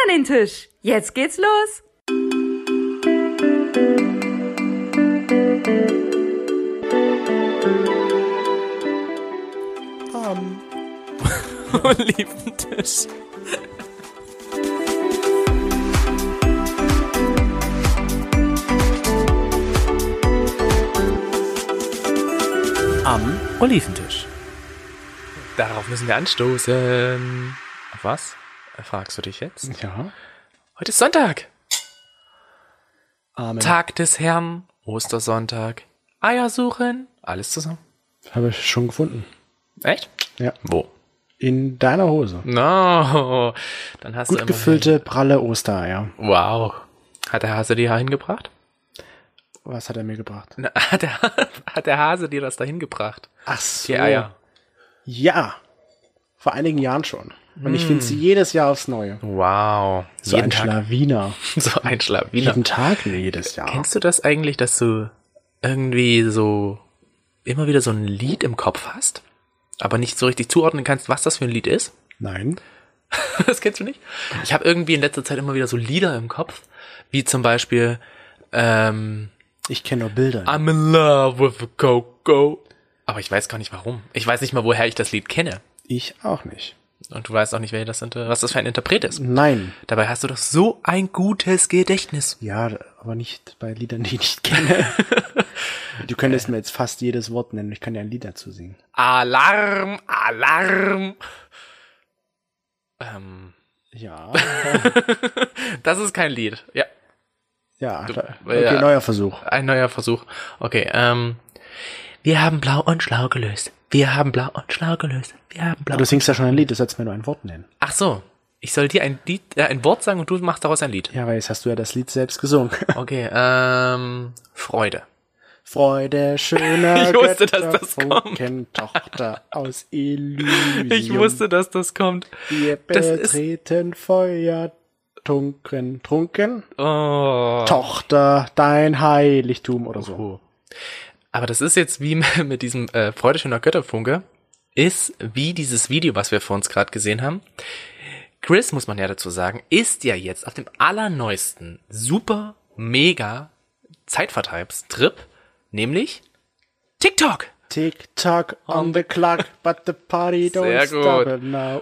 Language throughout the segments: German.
an den Tisch. Jetzt geht's los. Oliventisch. Am Oliventisch. Darauf müssen wir anstoßen. Auf was? Fragst du dich jetzt? Ja. Heute ist Sonntag. Amen. Tag des Herrn. Ostersonntag. Eier suchen. Alles zusammen. Habe ich schon gefunden. Echt? Ja. Wo? In deiner Hose. No. Dann hast du Gut gefüllte, pralle Ostereier. Wow. Hat der Hase dir hingebracht? Was hat er mir gebracht? Na, hat der Hase dir das dahin gebracht? Ach so. Die Eier. Ja. Vor einigen Jahren schon. Und ich finde sie jedes Jahr aufs Neue. Wow. So ein Schlawiner. So ein Schlawiner. Jeden Tag? Nee, jedes Jahr. Kennst du das eigentlich, dass du irgendwie so immer wieder so ein Lied im Kopf hast, aber nicht so richtig zuordnen kannst, was das für ein Lied ist? Nein. Das kennst du nicht? Ich habe irgendwie in letzter Zeit immer wieder so Lieder im Kopf, wie zum Beispiel Ich kenne nur Bilder. I'm in love with a Coco. Aber ich weiß gar nicht warum. Ich weiß nicht mal, woher ich das Lied kenne. Ich auch nicht. Und du weißt auch nicht, was das für ein Interpret ist. Nein. Dabei hast du doch so ein gutes Gedächtnis. Ja, aber nicht bei Liedern, die ich nicht kenne. Du könntest mir jetzt fast jedes Wort nennen. Ich kann dir ein Lied dazu singen. Alarm, Alarm. Ja. Das ist kein Lied. Ja, Ja, okay, ja. neuer Versuch. Ein neuer Versuch. Okay, wir haben blau und schlau gelöst. Wir haben blau und schlau gelöst. Wir haben blau. Du singst ja schon ein Lied, du sollst mir nur ein Wort nennen. Ach so. Ich soll dir ein Wort sagen und du machst daraus ein Lied. Ja, weil jetzt hast du ja das Lied selbst gesungen. Okay, Freude. Freude schöner Ich wusste, dass das Götterfunken, Tochter aus Elysium. Ich wusste, dass das kommt. Wir Das ist- betreten Feuer, trunken, Oh. Tochter, dein Heiligtum oder so. Oh. Aber das ist jetzt wie mit diesem Freude schöner Götterfunke, ist wie dieses Video, was wir vor uns gerade gesehen haben. Chris, muss man ja dazu sagen, ist ja jetzt auf dem allerneuesten, super, mega Zeitvertreibstrip, nämlich TikTok. Tick-tock on the clock, but the party don't Sehr stop gut. it now.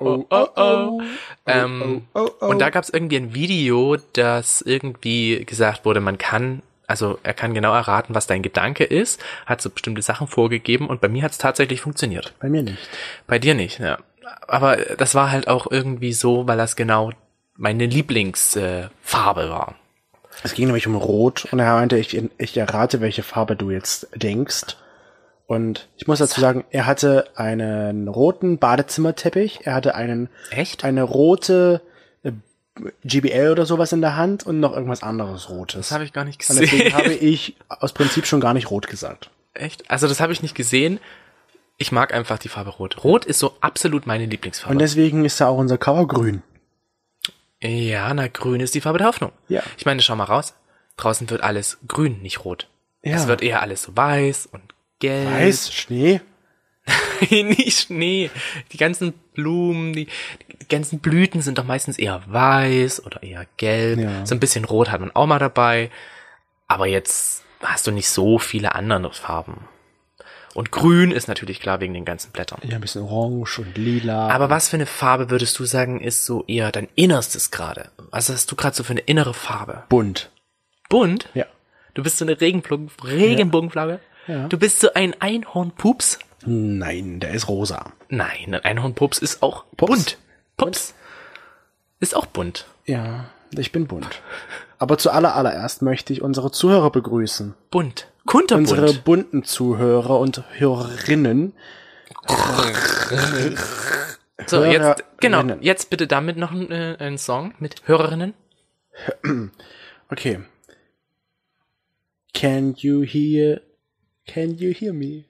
Und da gab es irgendwie ein Video, das irgendwie gesagt wurde, er kann genau erraten, was dein Gedanke ist, hat so bestimmte Sachen vorgegeben und bei mir hat es tatsächlich funktioniert. Bei mir nicht. Bei dir nicht, ja. Aber das war halt auch irgendwie so, weil das genau meine Lieblingsfarbe war. Es ging nämlich um Rot und er meinte, ich errate, welche Farbe du jetzt denkst. Und ich muss dazu sagen, er hatte einen roten Badezimmerteppich, er hatte Echt? eine rote GBL oder sowas in der Hand und noch irgendwas anderes Rotes. Das habe ich gar nicht Und deswegen gesehen. habe ich aus Prinzip schon gar nicht rot gesagt. Echt? Also das habe ich nicht gesehen. Ich mag einfach die Farbe Rot. Rot ist so absolut meine Lieblingsfarbe. Und deswegen ist da auch unser Cover grün. Ja, na, grün ist die Farbe der Hoffnung. Ja. Ich meine, schau mal raus. Draußen wird alles grün, nicht rot. Ja. Es wird eher alles so weiß und gelb. Weiß, Schnee. Nicht Schnee. Die ganzen Blumen, die ganzen Blüten sind doch meistens eher weiß oder eher gelb. Ja. So ein bisschen rot hat man auch mal dabei. Aber jetzt hast du nicht so viele andere Farben. Und grün ist natürlich klar wegen den ganzen Blättern. Ja, ein bisschen orange und lila. Aber was für eine Farbe würdest du sagen, ist so eher dein Innerstes gerade? Was hast du gerade so für eine innere Farbe? bunt. Bunt? Ja. Du bist so eine Regenbogenflagge? Ja. Du bist so ein Einhornpups? Nein, der ist rosa. Nein, ein Einhornpups ist auch Pups. bunt. Pups ist auch bunt. Ja, ich bin bunt. Aber zuallererst möchte ich unsere Zuhörer begrüßen. Bunt. Kunterbunt. Unsere bunten Zuhörer und Hörerinnen. So, jetzt, genau, Hörerinnen. jetzt bitte damit noch ein Song mit Hörerinnen. Okay. Can you hear me? Can you hear me?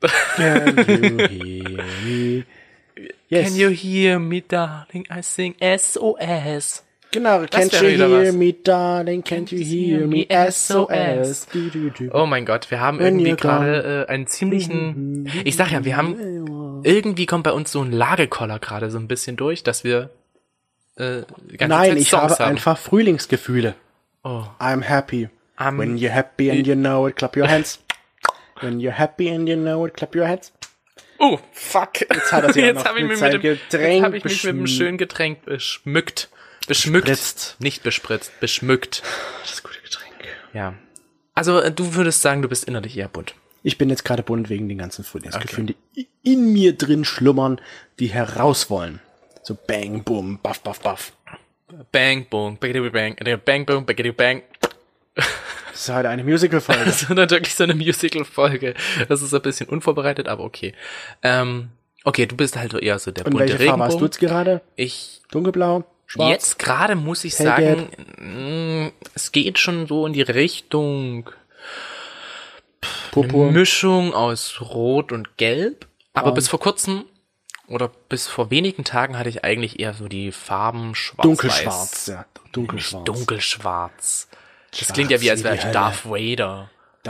Yes. Can you hear me, darling? I sing SOS. Genau, can't wäre you wieder hear was. me, darling? Can't you hear me? SOS. Oh mein Gott, wir haben When irgendwie you're gerade einen ziemlichen... Ich sag ja, wir haben... Irgendwie kommt bei uns so ein Lagekoller gerade so ein bisschen durch, dass wir Nein, ich Songs habe haben. einfach Frühlingsgefühle. Oh. I'm happy. When you're happy and you know it, clap your hands. When you're happy and you know it, clap your hands. Oh, fuck. Jetzt hat er sich Jetzt auch noch habe ich, mit mich mit seinem dem- Getränk jetzt hab ich mich mit einem schönen Getränk beschmückt. Beschmückt. Bespritzt. Nicht bespritzt, beschmückt. Das gute Getränk. Ja. Also du würdest sagen, du bist innerlich eher bunt. Ich bin jetzt gerade bunt wegen den ganzen Frühlingsgefühlen, die in mir drin schlummern, die heraus wollen. So bang, boom, buff, buff, buff. Bang, boom, biggity bang, bang, boom, biggity bang. Das ist halt eine Musical-Folge. Das ist natürlich so eine Musical-Folge. Das ist ein bisschen unvorbereitet, aber okay. Okay, du bist halt eher so der Und bunte welche Farbe hast du Regenbogen. jetzt gerade? Ich Dunkelblau? Schwarz? Jetzt gerade muss ich Hellgelb? sagen, es geht schon so in die Richtung Purpur? Mischung aus Rot und Gelb. Aber Braun. bis vor kurzem oder bis vor wenigen Tagen hatte ich eigentlich eher so die Farben schwarz-weiß. Dunkelschwarz, ja. Dunkelschwarz. Dunkelschwarz. Das Schwarz klingt ja wie, als wie wäre die ich Hölle. Darth Vader.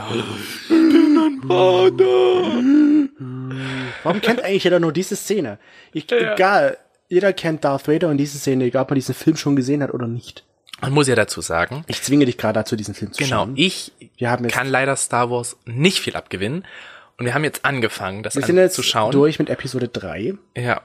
Warum kennt eigentlich jeder nur diese Szene? Egal, jeder kennt Darth Vader und diese Szene, egal ob man diesen Film schon gesehen hat oder nicht. Man muss ja dazu sagen, Ich zwinge dich gerade dazu, diesen Film zu genau, schauen. ich Wir haben jetzt- kann leider Star Wars nicht viel abgewinnen. Und wir haben jetzt angefangen, das Wir sind jetzt zu schauen. durch mit Episode 3. Ja.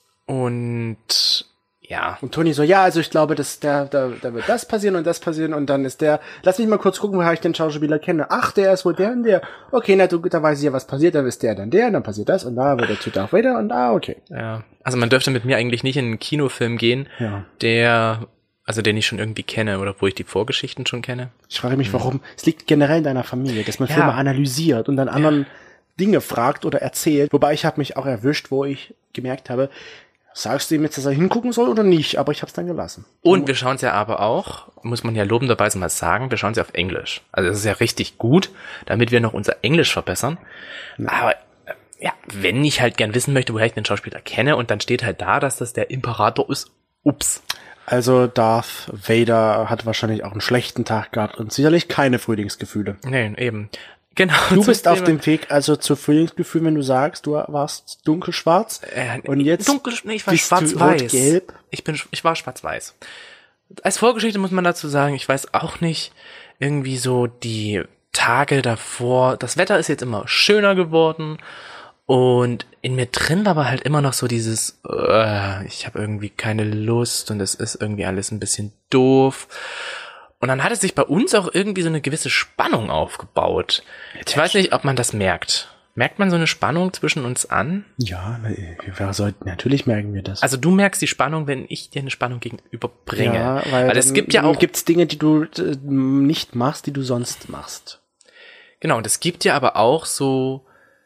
Und ja. Und Toni so, ja, also ich glaube, dass da wird das passieren und das passieren und dann ist der, lass mich mal kurz gucken, woher ich den Schauspieler kenne. Ach, der ist wohl der und der. Okay, na, da weiß ich ja, was passiert, dann ist der, dann passiert das und da wird der zu Darth Vader und okay. Ja. Also man dürfte mit mir eigentlich nicht in einen Kinofilm gehen, Ja. den ich schon irgendwie kenne oder wo ich die Vorgeschichten schon kenne. Ich frage mich, warum, es liegt generell in deiner Familie, dass man Ja. Filme analysiert und dann anderen Dinge fragt oder erzählt. Wobei ich habe mich auch erwischt, wo ich gemerkt habe, sagst du ihm jetzt, dass er hingucken soll oder nicht? Aber ich habe es dann gelassen. Und wir schauen es ja aber auch, muss man ja lobenderweise mal sagen, wir schauen es ja auf Englisch. Also das ist ja richtig gut, damit wir noch unser Englisch verbessern. Aber ja, wenn ich halt gern wissen möchte, woher ich den Schauspieler kenne und dann steht halt da, dass das der Imperator ist, ups. Also Darth Vader hat wahrscheinlich auch einen schlechten Tag gehabt und sicherlich keine Frühlingsgefühle. Nee, eben. Genau. Du zum bist auf Thema- dem Weg also zu Frühlingsgefühl, wenn du sagst, du warst dunkelschwarz und jetzt ich war bist du schwarz-weiß. rot-gelb. Ich war schwarz-weiß. Als Vorgeschichte muss man dazu sagen, ich weiß auch nicht, irgendwie so die Tage davor, das Wetter ist jetzt immer schöner geworden und in mir drin war aber halt immer noch so dieses, ich habe irgendwie keine Lust und es ist irgendwie alles ein bisschen doof. Und dann hat es sich bei uns auch irgendwie so eine gewisse Spannung aufgebaut. Ich weiß nicht, ob man das merkt. Merkt man so eine Spannung zwischen uns an? Ja, natürlich merken wir das. Also du merkst die Spannung, wenn ich dir eine Spannung gegenüberbringe. Ja, weil es dann gibt ja auch, gibt's Dinge, die du nicht machst, die du sonst machst. genau, und es gibt ja aber auch so,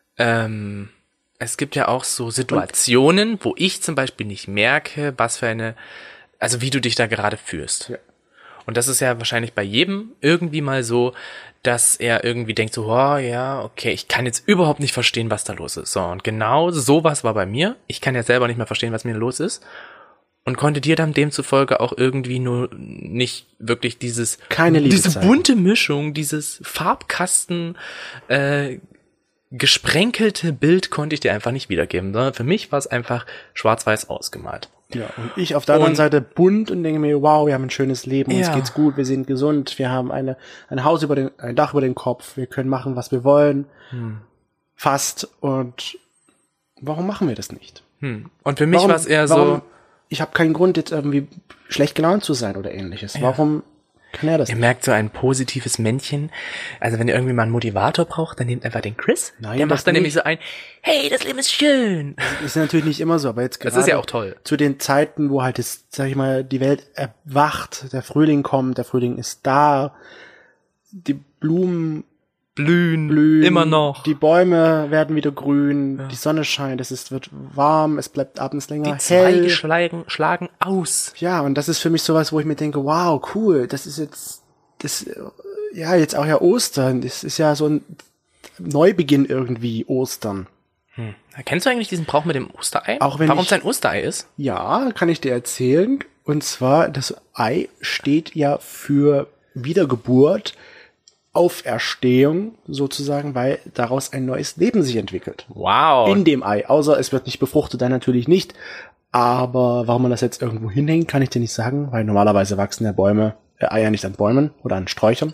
Situationen, wo ich zum Beispiel nicht merke, also wie du dich da gerade fühlst. Ja. Und das ist ja wahrscheinlich bei jedem irgendwie mal so, dass er irgendwie denkt so, oh ja, okay, ich kann jetzt überhaupt nicht verstehen, was da los ist. So, und genau sowas war bei mir. Ich kann ja selber nicht mehr verstehen, was mir los ist. Und konnte dir dann demzufolge auch irgendwie nur nicht wirklich diese Liebe zeigen. bunte Mischung, dieses Farbkasten, gesprenkelte Bild konnte ich dir einfach nicht wiedergeben, sondern für mich war es einfach schwarz-weiß ausgemalt. Ja, und ich auf der anderen Seite bunt und denke mir, wow, wir haben ein schönes Leben, uns Ja. geht's gut, wir sind gesund, wir haben ein Dach über den Kopf, wir können machen, was wir wollen. Fast. Und warum machen wir das nicht? Und für mich war es eher so, Ich habe keinen Grund, jetzt irgendwie schlecht gelaunt zu sein oder ähnliches. Warum kann er das ihr nicht? merkt so ein positives Männchen. Also wenn ihr irgendwie mal einen Motivator braucht, dann nehmt einfach den Chris. Nein, der das macht dann nicht. nämlich so ein, hey, das Leben ist schön. Ist natürlich nicht immer so, aber jetzt gerade Das ist ja auch toll. zu den Zeiten, wo halt jetzt, sag ich mal, die Welt erwacht, der Frühling kommt, der Frühling ist da, die Blumen blühen, immer noch. die Bäume werden wieder grün, die Sonne scheint, wird warm, es bleibt abends länger Die Zweige hell. schlagen aus. Ja, und das ist für mich sowas, wo ich mir denke, wow, cool, das ist jetzt, jetzt auch ja Ostern, das ist ja so ein Neubeginn irgendwie, Ostern. Kennst du eigentlich diesen Brauch mit dem Osterei? Auch wenn Warum ich- es ein Osterei ist? Ja, kann ich dir erzählen. Und zwar, das Ei steht ja für Wiedergeburt, Auferstehung sozusagen, weil daraus ein neues Leben sich entwickelt. Wow. In dem Ei. Außer es wird nicht befruchtet, dann natürlich nicht. Aber warum man das jetzt irgendwo hinhängt, kann ich dir nicht sagen, weil normalerweise wachsen ja Eier nicht an Bäumen oder an Sträuchern.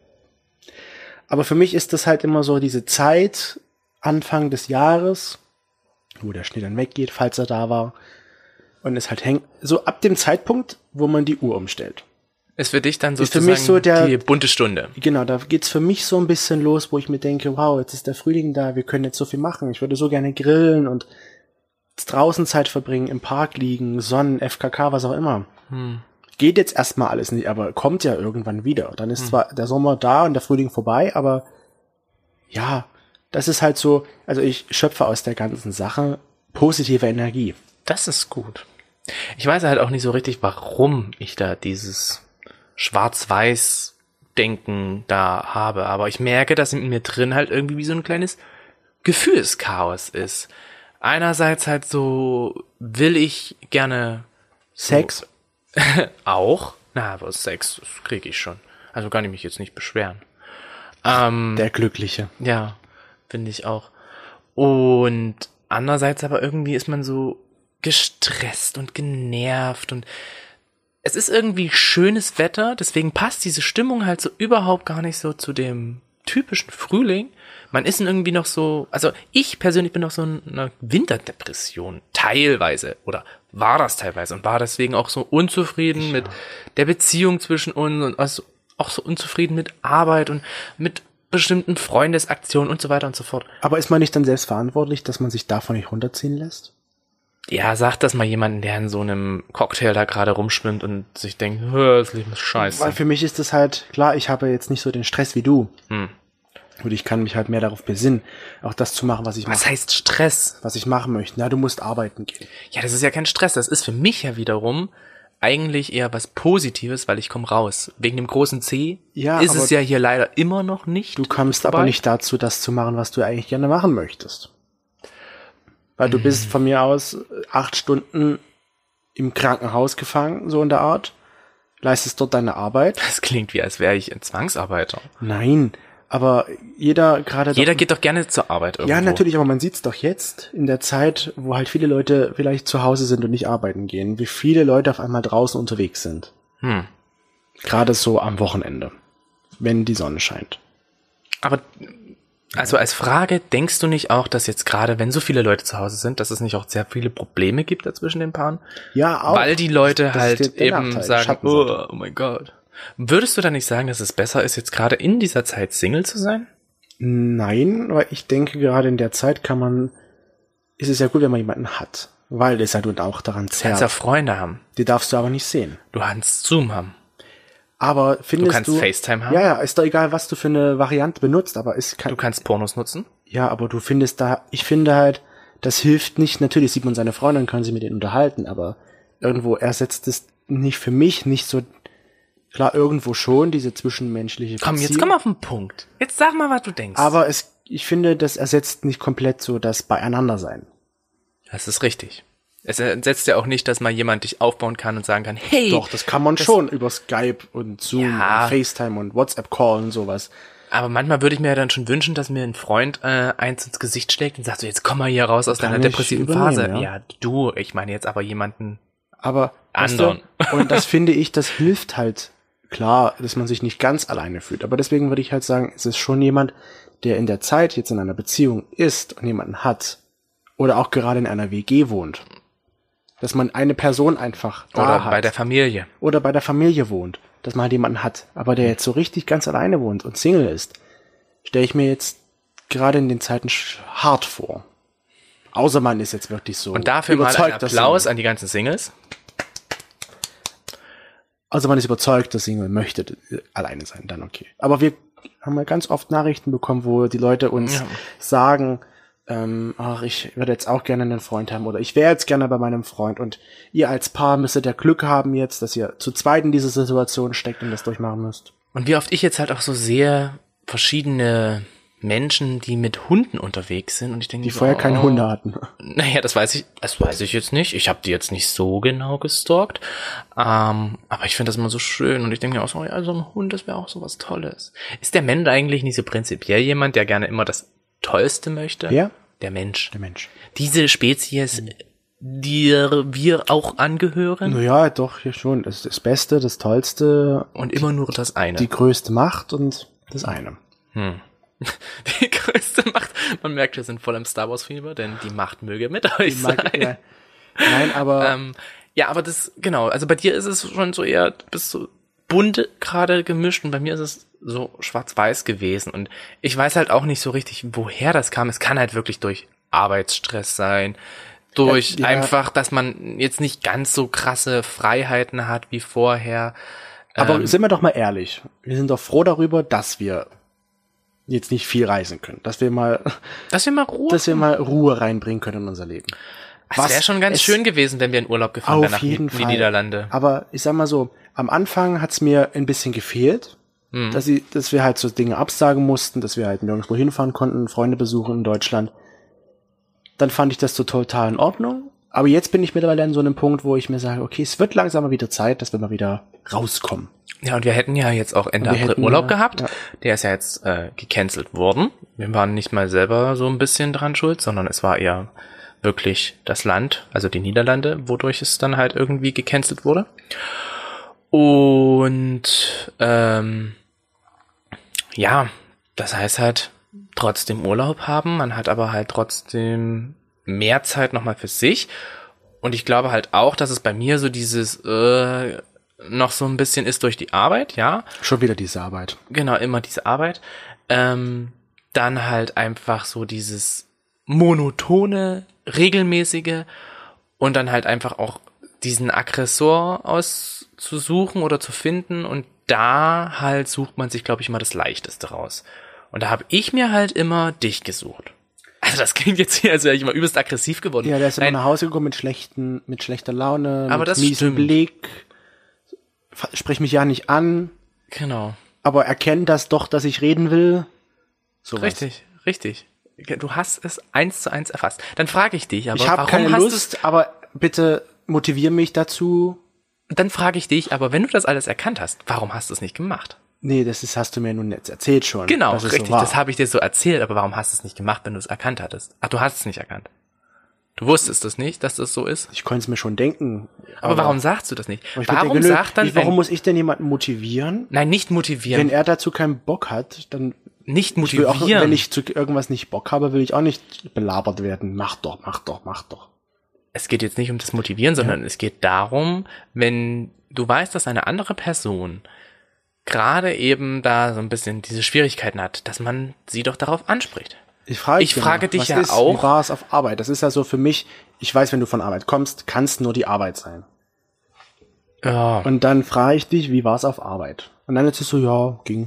Aber für mich ist das halt immer so diese Zeit, Anfang des Jahres, wo der Schnee dann weggeht, falls er da war. Und es halt hängt, so ab dem Zeitpunkt, wo man die Uhr umstellt. Ist für dich dann Ist für sozusagen mich so die bunte Stunde. Genau, da geht's für mich so ein bisschen los, wo ich mir denke, wow, jetzt ist der Frühling da, wir können jetzt so viel machen. Ich würde so gerne grillen und draußen Zeit verbringen, im Park liegen, Sonnen, FKK, was auch immer. Geht jetzt erstmal alles nicht, aber kommt ja irgendwann wieder. Dann ist zwar der Sommer da und der Frühling vorbei, aber ja, das ist halt so, also ich schöpfe aus der ganzen Sache positive Energie. Das ist gut. Ich weiß halt auch nicht so richtig, warum ich da dieses Schwarz-Weiß-Denken da habe, aber ich merke, dass in mir drin halt irgendwie wie so ein kleines Gefühlschaos ist. Einerseits halt so, will ich gerne Sex? auch. Na, aber Sex, das kriege ich schon. Also kann ich mich jetzt nicht beschweren. Der Glückliche. Ja, finde ich auch. Und andererseits aber irgendwie ist man so gestresst und genervt und es ist irgendwie schönes Wetter, deswegen passt diese Stimmung halt so überhaupt gar nicht so zu dem typischen Frühling. Man ist irgendwie noch so, also ich persönlich bin noch so in einer Winterdepression, teilweise, oder war das teilweise und war deswegen auch so unzufrieden mit der Beziehung zwischen uns und also auch so unzufrieden mit Arbeit und mit bestimmten Freundesaktionen und so weiter und so fort. Aber ist man nicht dann selbst verantwortlich, dass man sich davon nicht runterziehen lässt? Ja, sagt das mal jemanden, der in so einem Cocktail da gerade rumschwimmt und sich denkt, das Leben ist scheiße. Weil für mich ist es halt, klar, ich habe jetzt nicht so den Stress wie du. Und ich kann mich halt mehr darauf besinnen, auch das zu machen, was ich Was heißt Stress? was ich machen möchte. Na, du musst arbeiten gehen. Ja, das ist ja kein Stress. Das ist für mich ja wiederum eigentlich eher was Positives, weil ich komme raus. Wegen dem großen C Ja, ist aber es ja hier leider immer noch nicht. Du kommst aber nicht dazu, das zu machen, was du eigentlich gerne machen möchtest. Weil du bist von mir aus 8 Stunden im Krankenhaus gefangen, so in der Art. Leistest dort deine Arbeit. Das klingt wie, als wäre ich ein Zwangsarbeiter. Nein, aber jeder Geht doch gerne zur Arbeit irgendwo. Ja, natürlich, aber man sieht's doch jetzt in der Zeit, wo halt viele Leute vielleicht zu Hause sind und nicht arbeiten gehen, wie viele Leute auf einmal draußen unterwegs sind. Gerade so am Wochenende, wenn die Sonne scheint. Aber also als Frage, denkst du nicht auch, dass jetzt gerade, wenn so viele Leute zu Hause sind, dass es nicht auch sehr viele Probleme gibt dazwischen den Paaren? Ja, auch. Weil die Leute Das ist halt der eben Nachteil, sagen, Schattenseite. oh mein Gott. Würdest du dann nicht sagen, dass es besser ist, jetzt gerade in dieser Zeit Single zu sein? Nein, weil ich denke, gerade in der Zeit ist es ja gut, wenn man jemanden hat. Weil es halt auch daran Du kannst ja zerrt. Freunde haben. Die darfst du aber nicht sehen. Du kannst Zoom haben. Aber findest Du kannst FaceTime haben. Ja, ist doch egal, was du für eine Variante benutzt, aber Du kannst Pornos nutzen. ja, aber du findest ich finde halt, das hilft nicht, natürlich sieht man seine Freunde und kann sich mit denen unterhalten, aber irgendwo ersetzt es nicht für mich nicht so, klar, irgendwo schon, diese zwischenmenschliche Komm, jetzt Beziehung. komm auf den Punkt. Jetzt sag mal, was du denkst. Aber ich finde, das ersetzt nicht komplett so das Beieinandersein. Das ist richtig. Es ersetzt ja auch nicht, dass mal jemand dich aufbauen kann und sagen kann, hey. Doch, das kann man schon über Skype und Zoom Ja. und FaceTime und WhatsApp-Call und sowas. Aber manchmal würde ich mir ja dann schon wünschen, dass mir ein Freund eins ins Gesicht schlägt und sagt so, jetzt komm mal hier raus aus Kann deiner ich depressiven übernehmen, Phase. ja. Ja, du, ich meine jetzt aber jemanden. Aber Anderen. weißt du, und das finde ich, das hilft halt klar, dass man sich nicht ganz alleine fühlt. Aber deswegen würde ich halt sagen, es ist schon jemand, der in der Zeit jetzt in einer Beziehung ist und jemanden hat oder auch gerade in einer WG wohnt. Dass man eine Person einfach da Oder hat. bei der Familie. Oder bei der Familie wohnt. Dass man halt jemanden hat. Aber der jetzt so richtig ganz alleine wohnt und Single ist, stelle ich mir jetzt gerade in den Zeiten hart vor. Außer man ist jetzt wirklich so Und dafür mal einen überzeugt, dass Applaus Single. an die ganzen Singles. Also man ist überzeugt, dass Single möchte alleine sein, dann okay. Aber wir haben ja ganz oft Nachrichten bekommen, wo die Leute uns sagen, ich würde jetzt auch gerne einen Freund haben oder ich wäre jetzt gerne bei meinem Freund und ihr als Paar müsstet ja Glück haben jetzt, dass ihr zu zweit in dieser Situation steckt und das durchmachen müsst. Und wie oft ich jetzt halt auch so sehe, verschiedene Menschen, die mit Hunden unterwegs sind und ich denke, Die vorher keine Hunde hatten. Naja, das weiß ich jetzt nicht. Ich habe die jetzt nicht so genau gestalkt. Aber ich finde das immer so schön und ich denke mir auch so, ja, so ein Hund, das wäre auch so was Tolles. Ist der Mensch eigentlich nicht so prinzipiell jemand, der gerne immer das Tollste möchte? Wer? Der Mensch. Der Mensch. Diese Spezies dir wir auch angehören. Naja, doch, hier schon. Das ist das Beste, das Tollste. Und immer nur das eine. Die größte Macht und das eine. Die größte Macht. Man merkt, wir sind voll im Star Wars Fieber, denn die Macht möge mit euch sein. Ja. Nein, aber... ja, aber das, genau, also bei dir ist es schon so eher, du bist so bunt gerade gemischt und bei mir ist es so schwarz-weiß gewesen und ich weiß halt auch nicht so richtig, woher das kam. Es kann halt wirklich durch Arbeitsstress sein, durch einfach, dass man jetzt nicht ganz so krasse Freiheiten hat wie vorher. Aber sind wir doch mal ehrlich, wir sind doch froh darüber, dass wir jetzt nicht viel reisen können, dass wir mal Ruhe reinbringen können in unser Leben. Es wäre schon ganz schön gewesen, wenn wir in Urlaub gefahren wären nach jeden die Fall. Niederlande. Aber ich sag mal so, am Anfang hat's mir ein bisschen gefehlt, dass wir halt so Dinge absagen mussten, dass wir halt nirgendwo hinfahren konnten, Freunde besuchen in Deutschland. Dann fand ich das so total in Ordnung. Aber jetzt bin ich mittlerweile an so einem Punkt, wo ich mir sage, okay, es wird langsam mal wieder Zeit, dass wir mal wieder rauskommen. Ja, und wir hätten ja jetzt auch Ende April Urlaub gehabt. Ja. Der ist ja jetzt gecancelt worden. Wir waren nicht mal selber so ein bisschen dran schuld, sondern es war eher wirklich das Land, also die Niederlande, wodurch es dann halt irgendwie gecancelt wurde. Und ja, das heißt halt trotzdem Urlaub haben, man hat aber halt trotzdem mehr Zeit nochmal für sich. Und ich glaube halt auch, dass es bei mir so dieses noch so ein bisschen ist durch die Arbeit, ja. Schon wieder diese Arbeit. Genau, immer diese Arbeit. Dann halt einfach so dieses monotone, regelmäßige und dann halt einfach auch diesen Aggressor auszusuchen oder zu finden und da halt sucht man sich, glaube ich, mal das Leichteste raus. Und da habe ich mir halt immer dich gesucht. Also das klingt jetzt hier, als wäre ich immer übelst aggressiv geworden. Ja, der ist immer nach Hause gekommen mit schlechter Laune, aber mit das miesem stimmt. Blick. Sprich mich ja nicht an. Genau. Aber erkenn das doch, dass ich reden will. Sowas. Richtig. Du hast es 1:1 erfasst. Dann frage ich dich, aber ich habe warum keine hast Lust, aber bitte motivier mich dazu. Dann frage ich dich, aber wenn du das alles erkannt hast, warum hast du es nicht gemacht? Nee, hast du mir nun jetzt erzählt schon. Genau, dass es richtig, so war. das habe ich dir so erzählt, aber warum hast du es nicht gemacht, wenn du es erkannt hattest? Ach, du hast es nicht erkannt. Du wusstest es nicht, dass das so ist? Ich konnte es mir schon denken. Aber warum sagst du das nicht? Warum muss ich denn jemanden motivieren? Nein, nicht motivieren. Wenn er dazu keinen Bock hat, dann... Nicht Ich will motivieren. auch, wenn ich zu irgendwas nicht Bock habe, will ich auch nicht belabert werden. Mach doch. Es geht jetzt nicht um das Motivieren, sondern es geht darum, wenn du weißt, dass eine andere Person gerade eben da so ein bisschen diese Schwierigkeiten hat, dass man sie doch darauf anspricht. Ich frage dich ja auch. Wie war es auf Arbeit? Das ist ja so für mich, ich weiß, wenn du von Arbeit kommst, kann es nur die Arbeit sein. Ja. Und dann frage ich dich, wie war es auf Arbeit? Und dann ist es so, ja, ging.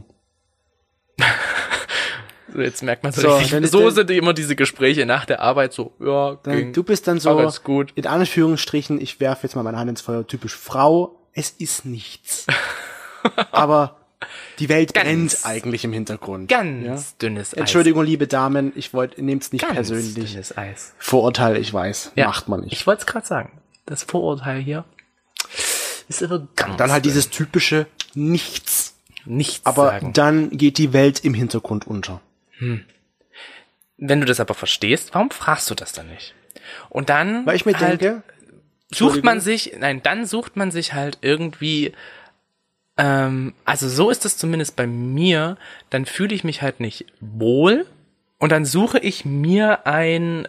Jetzt merkt man So, richtig, so sind immer diese Gespräche nach der Arbeit so, ja, ging. Du bist dann so, alles gut. in Anführungsstrichen, ich werfe jetzt mal meine Hand ins Feuer, typisch Frau, es ist nichts. Aber die Welt brennt eigentlich im Hintergrund. Ganz dünnes Eis. Entschuldigung, liebe Damen, nehmt's nicht Ganz persönlich. dünnes Eis. Vorurteil, ich weiß, Ja. macht man nicht. Ich wollte es gerade sagen. Das Vorurteil hier ist aber ganz Dann halt dünn. dieses typische Nichts. Nichts Aber sagen. dann geht die Welt im Hintergrund unter. Wenn du das aber verstehst, warum fragst du das dann nicht? Und dann Weil ich mir halt denke, dann sucht man sich halt irgendwie, also so ist es zumindest bei mir, dann fühle ich mich halt nicht wohl und dann suche ich mir ein,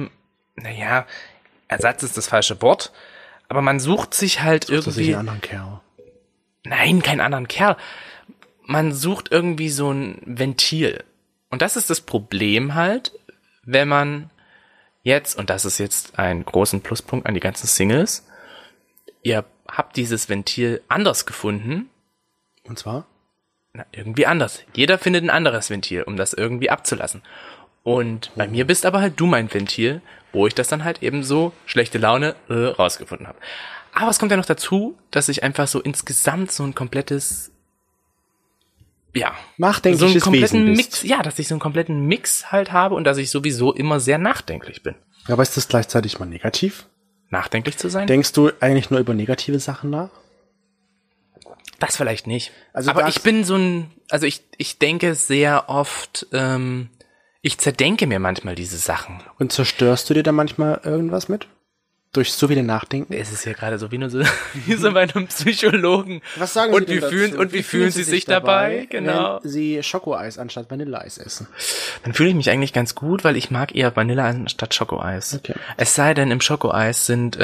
Ersatz ist das falsche Wort, aber man sucht sich halt das ist irgendwie, ein anderen Kerl. nein, keinen anderen Kerl, man sucht irgendwie so ein Ventil. Und das ist das Problem halt, wenn man jetzt, und das ist jetzt ein großen Pluspunkt an die ganzen Singles, ihr habt dieses Ventil anders gefunden, Und zwar? irgendwie anders. Jeder findet ein anderes Ventil, um das irgendwie abzulassen. Und bei mir bist aber halt du mein Ventil, wo ich das dann halt eben so schlechte Laune rausgefunden habe. Aber es kommt ja noch dazu, dass ich einfach so insgesamt so ein komplettes so einen Nachdenkliches kompletten Wesen Mix, bist. dass ich so einen kompletten Mix halt habe und dass ich sowieso immer sehr nachdenklich bin. Aber ist das gleichzeitig mal negativ? Nachdenklich zu sein? Denkst du eigentlich nur über negative Sachen nach? Das vielleicht nicht. Also aber das- ich bin so ich denke sehr oft, ich zerdenke mir manchmal diese Sachen. Und zerstörst du dir da manchmal irgendwas mit? Durch so viele Nachdenken? Es ist ja gerade so wie wie so bei einem Psychologen. Was sagen Sie und denn dazu? Wie fühlen Sie sich dabei? Genau. Wenn Sie Schokoeis anstatt Vanilleeis essen. Dann fühle ich mich eigentlich ganz gut, weil ich mag eher Vanille anstatt Schokoeis. Okay. Es sei denn, im Schokoeis sind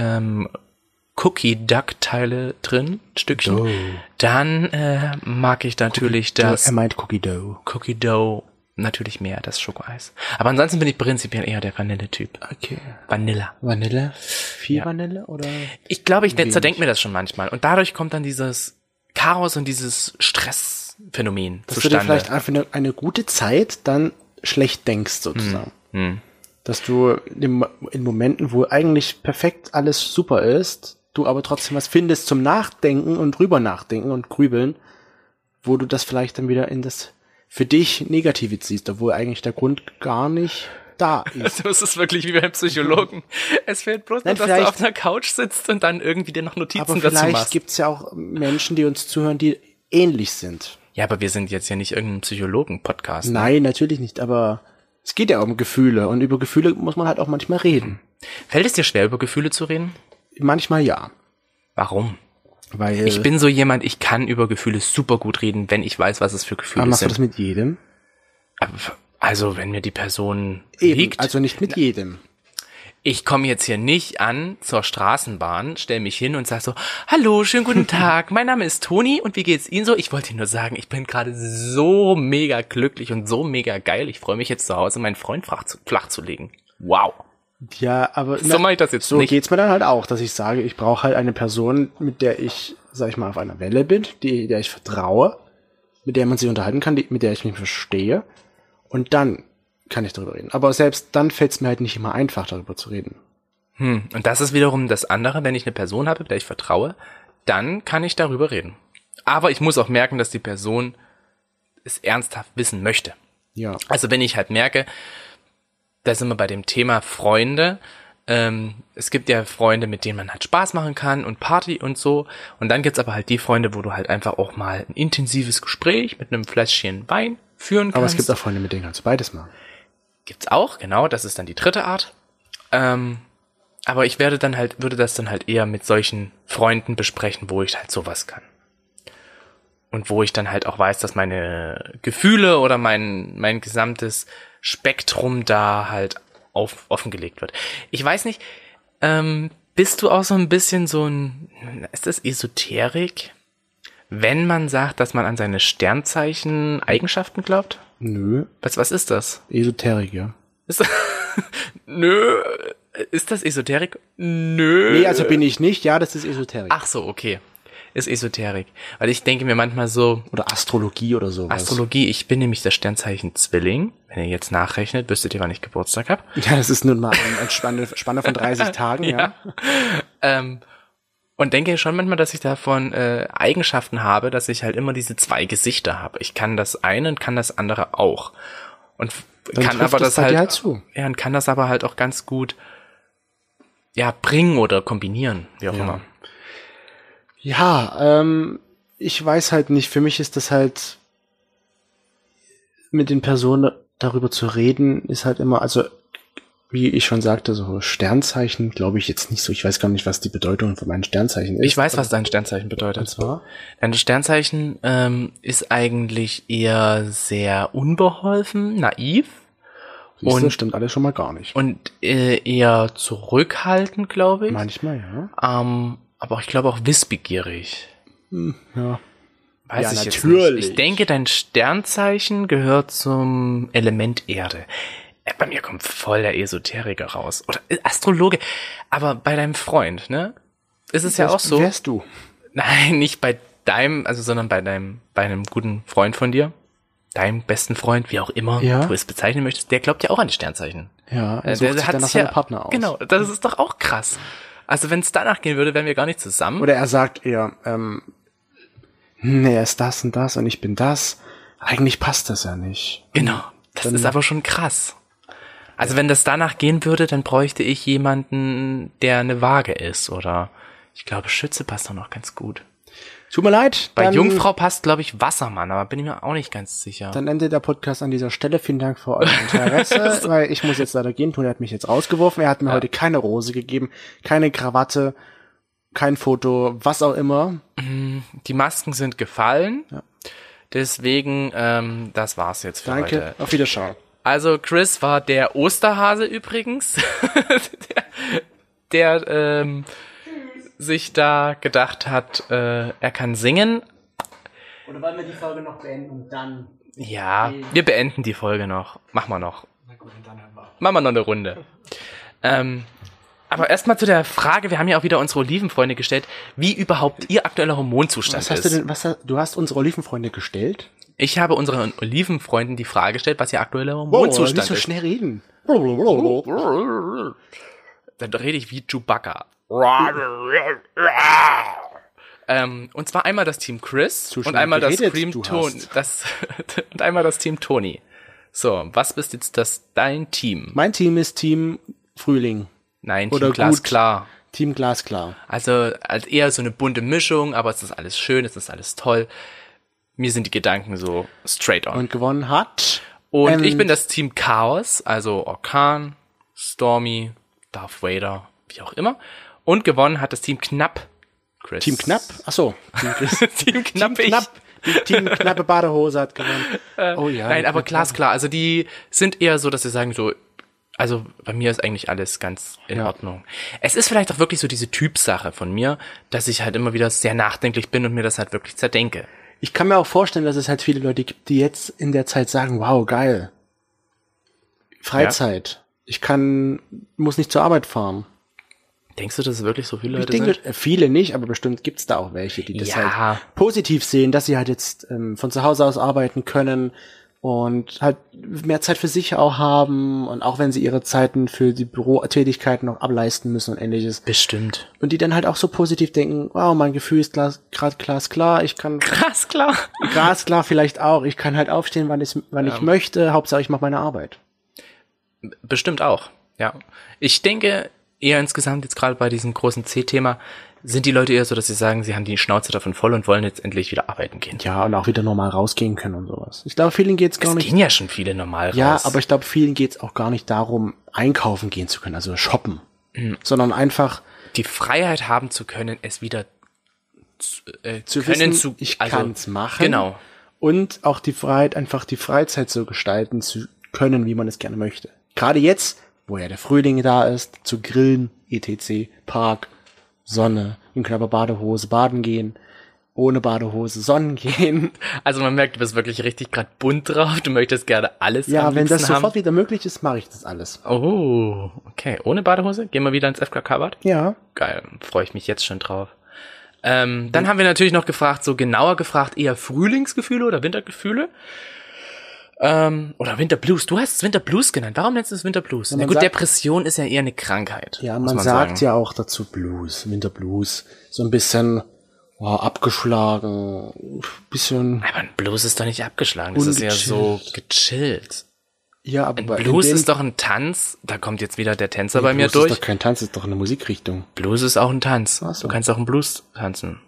Cookie-Duck-Teile drin, Stückchen. Dough. Dann mag ich natürlich das Er meint Cookie Dough. Cookie Dough natürlich mehr, das Schokoeis. Aber ansonsten bin ich prinzipiell eher der Vanille-Typ. Okay. Vanille. Viel Ja. Vanille oder? Ich glaube, ich Wenig. zerdenke mir das schon manchmal. Und dadurch kommt dann dieses Chaos und dieses Stressphänomen Dass du dir vielleicht einfach eine gute Zeit dann schlecht denkst, sozusagen. Dass du in Momenten, wo eigentlich perfekt alles super ist, du aber trotzdem was findest zum Nachdenken und drüber nachdenken und grübeln, wo du das vielleicht dann wieder in das für dich Negative ziehst, obwohl eigentlich der Grund gar nicht da ist. Das ist wirklich wie beim Psychologen. Es fehlt bloß Nein, noch, dass du vielleicht- auf einer Couch sitzt und dann irgendwie dir noch Aber Notizen dazu vielleicht machst. gibt's ja auch Menschen, die uns zuhören, die ähnlich sind. Ja, aber wir sind jetzt ja nicht irgendein Psychologen-Podcast. Ne? Nein, natürlich nicht, aber es geht ja um Gefühle und über Gefühle muss man halt auch manchmal reden. Fällt es dir schwer, über Gefühle zu reden? Manchmal ja, Warum? weil Ich bin so jemand, ich kann über Gefühle super gut reden, wenn ich weiß, was es für Gefühle aber machst du das sind. mit jedem? Also, wenn mir die Person Eben, liegt, also nicht mit jedem. ich komme jetzt hier nicht an zur Straßenbahn, stell mich hin und sag so, hallo, schönen guten Tag, mein Name ist Toni und wie geht's Ihnen so? Ich wollte Ihnen nur sagen, ich bin gerade so mega glücklich und so mega geil. Ich freue mich jetzt zu Hause, meinen Freund flach zu legen. Wow. Ja, aber So mache ich das jetzt so nicht. geht's mir dann halt auch, dass ich sage, ich brauche halt eine Person, mit der ich, sag ich mal, auf einer Welle bin, der ich vertraue, mit der man sich unterhalten kann, mit der ich mich verstehe. Und dann kann ich darüber reden. Aber selbst dann fällt es mir halt nicht immer einfach, darüber zu reden. Und das ist wiederum das andere, wenn ich eine Person habe, der ich vertraue, dann kann ich darüber reden. Aber ich muss auch merken, dass die Person es ernsthaft wissen möchte. Ja. Also wenn ich halt merke, da sind wir bei dem Thema Freunde. Es gibt ja Freunde, mit denen man halt Spaß machen kann und Party und so. Und dann gibt's aber halt die Freunde, wo du halt einfach auch mal ein intensives Gespräch mit einem Fläschchen Wein führen kannst. Aber es gibt auch Freunde, mit denen kannst du beides machen. Gibt's auch, genau, das ist dann die dritte Art. Aber ich würde das dann halt eher mit solchen Freunden besprechen, wo ich halt sowas kann. Und wo ich dann halt auch weiß, dass meine Gefühle oder mein gesamtes Spektrum da halt offengelegt wird. Ich weiß nicht, bist du auch so ein bisschen ist das Esoterik? Wenn man sagt, dass man an seine Sternzeichen-Eigenschaften glaubt? Nö. Was ist das? Esoterik, ja. Nö. Ist das Esoterik? Nö. Nee, also bin ich nicht. Ja, das ist Esoterik. Ach so, okay. Ist Esoterik. Weil ich denke mir manchmal so, Oder Astrologie oder sowas. Astrologie, ich bin nämlich das Sternzeichen Zwilling. Wenn ihr jetzt nachrechnet, wüsstet ihr, wann ich Geburtstag habe. Ja, das ist nun mal eine Spanne von 30 Tagen, ja. Und denke schon manchmal, dass ich davon Eigenschaften habe, dass ich halt immer diese zwei Gesichter habe. Ich kann das eine und kann das andere auch. Und Dann kann trifft aber es das bei dir halt, halt zu. ja, und kann das aber halt auch ganz gut, ja, bringen oder kombinieren, wie auch immer. Ja, ich weiß halt nicht, für mich ist das halt mit den Personen darüber zu reden, ist halt immer, also wie ich schon sagte, so Sternzeichen glaube ich jetzt nicht so. Ich weiß gar nicht, was die Bedeutung von meinem Sternzeichen ist. Ich weiß, was dein Sternzeichen bedeutet. Und zwar? Dein Sternzeichen ist eigentlich eher sehr unbeholfen, naiv Und stimmt alles schon mal gar nicht. und eher zurückhaltend, glaube ich. Manchmal, ja. Aber ich glaube auch wissbegierig. Ja. Weiß Ja, ich jetzt natürlich. nicht. Ich denke, dein Sternzeichen gehört zum Element Erde. Bei mir kommt voll der Esoteriker raus. Oder Astrologe. Aber bei deinem Freund, ne? Ist es ja auch so. Wärst du? Nein, nicht bei deinem, sondern bei einem guten Freund von dir. Deinem besten Freund, wie auch immer Ja. du es bezeichnen möchtest. Der glaubt ja auch an die Sternzeichen. Ja, er sucht sich danach hat's seine Partner aus. Genau, das ist doch auch krass. Also wenn es danach gehen würde, wären wir gar nicht zusammen. Oder er sagt eher, nee, er ist das und das und ich bin das. Eigentlich passt das ja nicht. Genau. Das ist aber schon krass. Also wenn das danach gehen würde, dann bräuchte ich jemanden, der eine Waage ist. Oder ich glaube, Schütze passt doch noch ganz gut. Tut mir leid. Bei Jungfrau passt, glaube ich, Wassermann, aber bin ich mir auch nicht ganz sicher. Dann endet der Podcast an dieser Stelle. Vielen Dank für euer Interesse, weil ich muss jetzt leider gehen. Toni hat mich jetzt rausgeworfen. Er hat mir heute keine Rose gegeben, keine Krawatte, kein Foto, was auch immer. Die Masken sind gefallen. Ja. Deswegen, das war's jetzt für heute. Danke, auf Wiederschauen. Also Chris war der Osterhase übrigens, der sich da gedacht hat, er kann singen. Oder wollen wir die Folge noch beenden und dann... Ja, wir beenden die Folge noch. Machen wir noch. Machen wir noch eine Runde. Aber erstmal zu der Frage, wir haben ja auch wieder unsere Olivenfreunde gestellt, wie überhaupt ihr aktueller Hormonzustand ist. Was hast du denn, du hast unsere Olivenfreunde gestellt? Ich habe unseren Olivenfreunden die Frage gestellt, was ihr aktueller Hormonzustand nicht so ist. schnell reden. Dann rede ich wie Chewbacca. Und zwar einmal das Team Chris und einmal das Team Tony. Und einmal das Team Tony. So, was bist jetzt dein Team? Mein Team ist Team Frühling. Nein, Oder Team Glasklar. Team Glasklar. Also als eher so eine bunte Mischung, aber es ist alles schön, es ist alles toll. Mir sind die Gedanken so straight on. Und gewonnen hat... Und ich bin das Team Chaos, also Orkan, Stormy, Darth Vader, wie auch immer. Und gewonnen hat das Team Knapp. Chris. Team Knapp? Achso. Team Knapp. Team Knappe Badehose hat gewonnen. Oh ja. Nein, aber glasklar. Also die sind eher so, dass sie sagen so, also bei mir ist eigentlich alles ganz in Ordnung. Es ist vielleicht auch wirklich so diese Typsache von mir, dass ich halt immer wieder sehr nachdenklich bin und mir das halt wirklich zerdenke. Ich kann mir auch vorstellen, dass es halt viele Leute gibt, die jetzt in der Zeit sagen, wow, geil. Freizeit. Ja. Muss nicht zur Arbeit fahren. Denkst du, dass es wirklich so viele Leute sind? sind? Viele nicht, aber bestimmt gibt's da auch welche, die das halt positiv sehen, dass sie halt jetzt von zu Hause aus arbeiten können und halt mehr Zeit für sich auch haben und auch wenn sie ihre Zeiten für die Bürotätigkeiten noch ableisten müssen und ähnliches. Bestimmt. Und die dann halt auch so positiv denken, wow, mein Gefühl ist gerade glasklar, ich kann... Glasklar vielleicht auch, ich kann halt aufstehen, wann ich möchte, Hauptsache ich mache meine Arbeit. Bestimmt auch, ja. Ich denke, eher insgesamt jetzt gerade bei diesem großen C-Thema sind die Leute eher so, dass sie sagen, sie haben die Schnauze davon voll und wollen jetzt endlich wieder arbeiten gehen. Ja, und auch wieder normal rausgehen können und sowas. Ich glaube, vielen geht's gar nicht... Es gehen ja schon viele normal raus. Ja, aber ich glaube, vielen geht's auch gar nicht darum, einkaufen gehen zu können, also shoppen. Sondern einfach... Die Freiheit haben zu können, es wieder zu wissen, ich kann's machen. Genau. Und auch die Freiheit, einfach die Freizeit so gestalten zu können, wie man es gerne möchte. Gerade jetzt, wo ja der Frühling da ist, zu grillen, etc., Park, Sonne, in knapper Badehose baden gehen, ohne Badehose sonnen gehen. Also man merkt, du bist wirklich richtig gerade bunt drauf, du möchtest gerne alles haben. Ja, wenn das sofort wieder möglich ist, mache ich das alles. Oh, okay. Ohne Badehose? Gehen wir wieder ins FKK-Bad? Ja. Geil, freue ich mich jetzt schon drauf. Dann haben wir natürlich noch gefragt, so genauer gefragt, eher Frühlingsgefühle oder Wintergefühle? Oder Winterblues. Du hast es Winterblues genannt. Warum nennst du es Winterblues? Na gut, Depression ist ja eher eine Krankheit. Ja, man sagt ja auch dazu Blues, Winterblues. So ein bisschen abgeschlagen, bisschen... Aber ein Blues ist doch nicht abgeschlagen, das ist ja so gechillt. Ja, aber ein Blues ist doch ein Tanz. Da kommt jetzt wieder der Tänzer bei mir durch. Blues ist doch kein Tanz, ist doch eine Musikrichtung. Blues ist auch ein Tanz. Ach so. Du kannst auch einen Blues tanzen.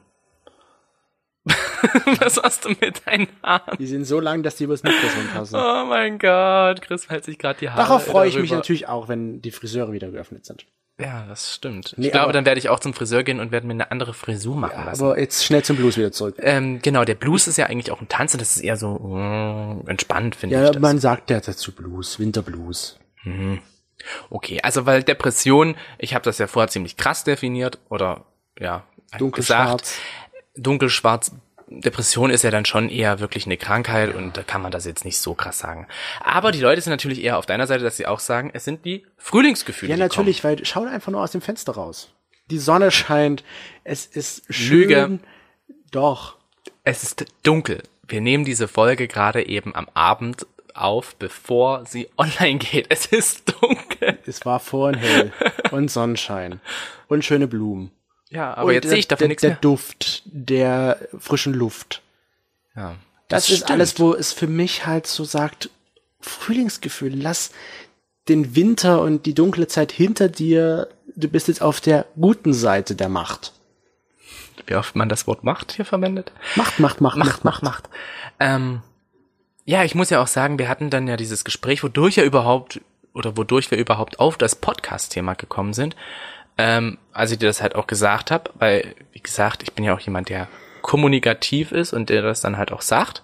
Was hast du mit deinen Haaren? Die sind so lang, dass die übers Mikrofon passen. Oh mein Gott, Chris hält sich gerade die Haare. Darauf freue ich mich natürlich auch, wenn die Friseure wieder geöffnet sind. Ja, das stimmt. Ich glaube, dann werde ich auch zum Friseur gehen und werde mir eine andere Frisur machen lassen. Aber jetzt schnell zum Blues wieder zurück. Genau, der Blues ist ja eigentlich auch ein Tanz und das ist eher so entspannt, finde ich. Ja, man sagt ja dazu Blues, Winterblues. Okay, also weil Depression, ich habe das ja vorher ziemlich krass definiert oder dunkelschwarz. Dunkelschwarz. Depression ist ja dann schon eher wirklich eine Krankheit und da kann man das jetzt nicht so krass sagen. Aber die Leute sind natürlich eher auf deiner Seite, dass sie auch sagen, es sind die Frühlingsgefühle. Ja, natürlich, weil schau einfach nur aus dem Fenster raus. Die Sonne scheint, es ist schön. Lüge. Doch. Es ist dunkel. Wir nehmen diese Folge gerade eben am Abend auf, bevor sie online geht. Es ist dunkel. Es war vorhin hell und Sonnenschein und schöne Blumen. Ja, aber und jetzt sehe ich davon nichts mehr. Der Duft der frischen Luft. Ja, das ist alles, wo es für mich halt so sagt, Frühlingsgefühl, lass den Winter und die dunkle Zeit hinter dir, du bist jetzt auf der guten Seite der Macht. wie oft man das Wort Macht hier verwendet. Macht. Ja, ich muss ja auch sagen, wir hatten dann ja dieses Gespräch, wodurch wir überhaupt auf das Podcast-Thema gekommen sind. Als ich dir das halt auch gesagt habe, weil, wie gesagt, ich bin ja auch jemand, der kommunikativ ist und der das dann halt auch sagt.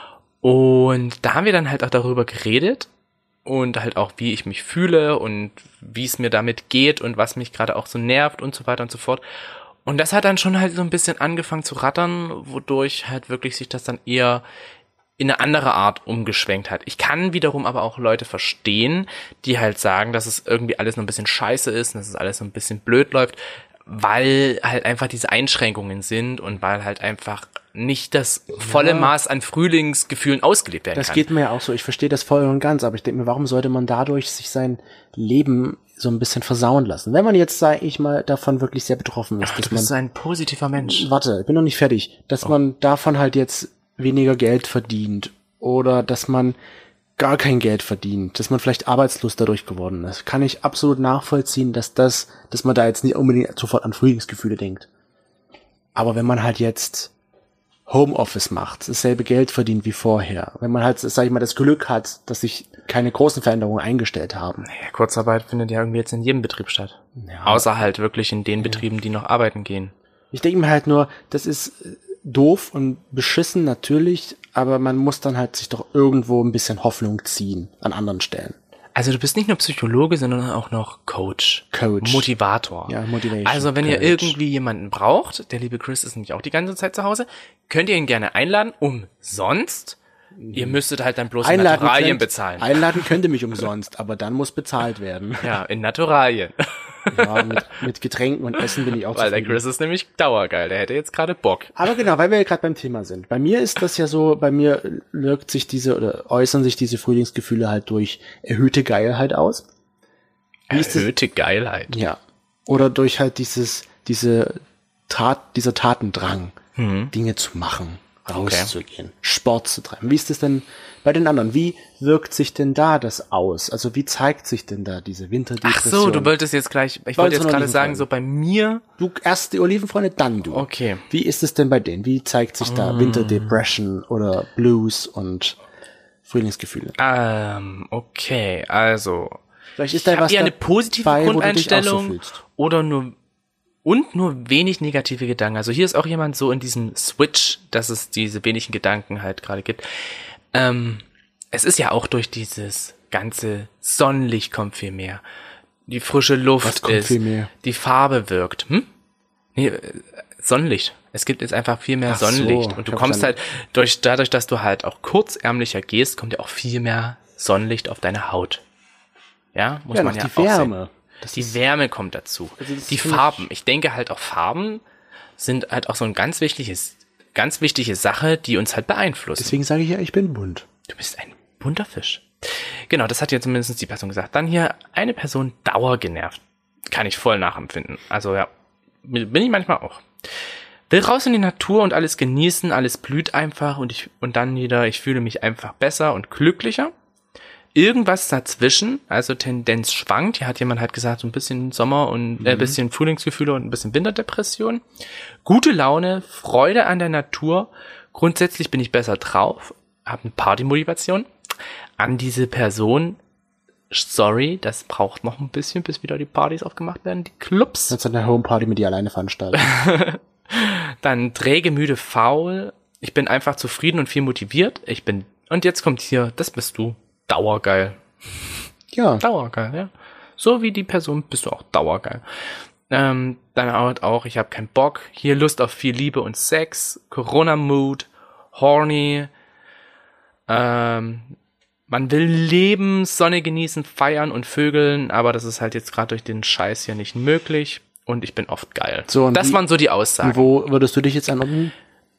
Und da haben wir dann halt auch darüber geredet und halt auch, wie ich mich fühle und wie es mir damit geht und was mich gerade auch so nervt und so weiter und so fort. Und das hat dann schon halt so ein bisschen angefangen zu rattern, wodurch halt wirklich sich das dann eher in eine andere Art umgeschwenkt hat. Ich kann wiederum aber auch Leute verstehen, die halt sagen, dass es irgendwie alles noch ein bisschen scheiße ist und dass es alles so ein bisschen blöd läuft, weil halt einfach diese Einschränkungen sind und weil halt einfach nicht das volle Maß an Frühlingsgefühlen ausgelebt werden kann. Das geht mir ja auch so. Ich verstehe das voll und ganz, aber ich denke mir, warum sollte man dadurch sich sein Leben so ein bisschen versauen lassen? Wenn man jetzt, sage ich mal, davon wirklich sehr betroffen ist. Du bist so ein positiver Mensch. Warte, ich bin noch nicht fertig. Dass man davon halt jetzt weniger Geld verdient oder dass man gar kein Geld verdient, dass man vielleicht arbeitslos dadurch geworden ist, kann ich absolut nachvollziehen, dass man da jetzt nicht unbedingt sofort an Frühlingsgefühle denkt. Aber wenn man halt jetzt Homeoffice macht, dasselbe Geld verdient wie vorher, wenn man halt, sag ich mal, das Glück hat, dass sich keine großen Veränderungen eingestellt haben. Naja, Kurzarbeit findet ja irgendwie jetzt in jedem Betrieb statt. Ja. Außer halt wirklich in den Betrieben, die noch arbeiten gehen. Ich denke mir halt nur, das ist doof und beschissen natürlich, aber man muss dann halt sich doch irgendwo ein bisschen Hoffnung ziehen an anderen Stellen. Also du bist nicht nur Psychologe, sondern auch noch Coach. Motivator. Ja, Motivation. Also wenn ihr irgendwie jemanden braucht, der liebe Chris ist nämlich auch die ganze Zeit zu Hause, könnt ihr ihn gerne einladen, umsonst. Ihr müsstet halt dann bloß in Naturalien bezahlen. Einladen könnte mich umsonst, aber dann muss bezahlt werden. Ja, in Naturalien. Ja, mit Getränken und Essen bin ich auch zufrieden. Weil der Chris ist nämlich dauergeil, der hätte jetzt gerade Bock. Aber genau, weil wir ja gerade beim Thema sind. Bei mir ist das ja so, bei mir äußern sich diese Frühlingsgefühle halt durch erhöhte Geilheit aus. Erhöhte Geilheit? Ja. Oder durch halt dieser Tatendrang, Dinge zu machen, rauszugehen, Sport zu treiben. Wie ist das denn bei den anderen? Wie wirkt sich denn da das aus? Also wie zeigt sich denn da diese Winterdepression? Ach so, du wolltest jetzt gleich, ich wollte jetzt gerade sagen, so bei mir. Du erst die Olivenfreunde, dann du. Okay. Wie ist es denn bei denen? Wie zeigt sich da Winterdepression oder Blues und Frühlingsgefühle? Okay, also. Vielleicht ist da was eher eine positive dabei, Grundeinstellung oder nur wenig negative Gedanken. Also hier ist auch jemand so in diesem Switch, dass es diese wenigen Gedanken halt gerade gibt. Es ist ja auch durch dieses ganze Sonnenlicht kommt viel mehr. Die frische Luft ist, viel mehr? Die Farbe wirkt. Nee, Sonnenlicht. Es gibt jetzt einfach viel mehr Sonnenlicht. Und du kommst halt dadurch, dass du halt auch kurzärmlicher gehst, kommt ja auch viel mehr Sonnenlicht auf deine Haut. Ja, muss man ja auch Wärme. Die Wärme kommt dazu. Also die Farben. Ich denke halt auch Farben sind halt auch so ein ganz wichtige Sache, die uns halt beeinflussen. Deswegen sage ich ja, ich bin bunt. Du bist ein bunter Fisch. Genau, das hat ja zumindest die Person gesagt. Dann hier eine Person dauergenervt. Kann ich voll nachempfinden. Also ja, bin ich manchmal auch. Will raus in die Natur und alles genießen, alles blüht einfach und dann wieder, ich fühle mich einfach besser und glücklicher. Irgendwas dazwischen, also Tendenz schwankt. Hier hat jemand halt gesagt, so ein bisschen Sommer und ein bisschen Frühlingsgefühle und ein bisschen Winterdepression. Gute Laune, Freude an der Natur. Grundsätzlich bin ich besser drauf, habe eine Partymotivation. An diese Person, sorry, das braucht noch ein bisschen, bis wieder die Partys aufgemacht werden, die Clubs. Jetzt eine Homeparty mit dir alleine veranstalten. Dann träge, müde, faul. Ich bin einfach zufrieden und viel motiviert. Und jetzt kommt hier, das bist du. Dauergeil. Ja. Dauergeil, ja. So wie die Person bist du auch dauergeil. Dann auch, ich habe keinen Bock. Hier Lust auf viel Liebe und Sex. Corona-Mood. Horny. Man will leben, Sonne genießen, feiern und vögeln, aber das ist halt jetzt gerade durch den Scheiß hier nicht möglich. Und ich bin oft geil. So, das waren so die Aussagen. Wo würdest du dich jetzt einordnen?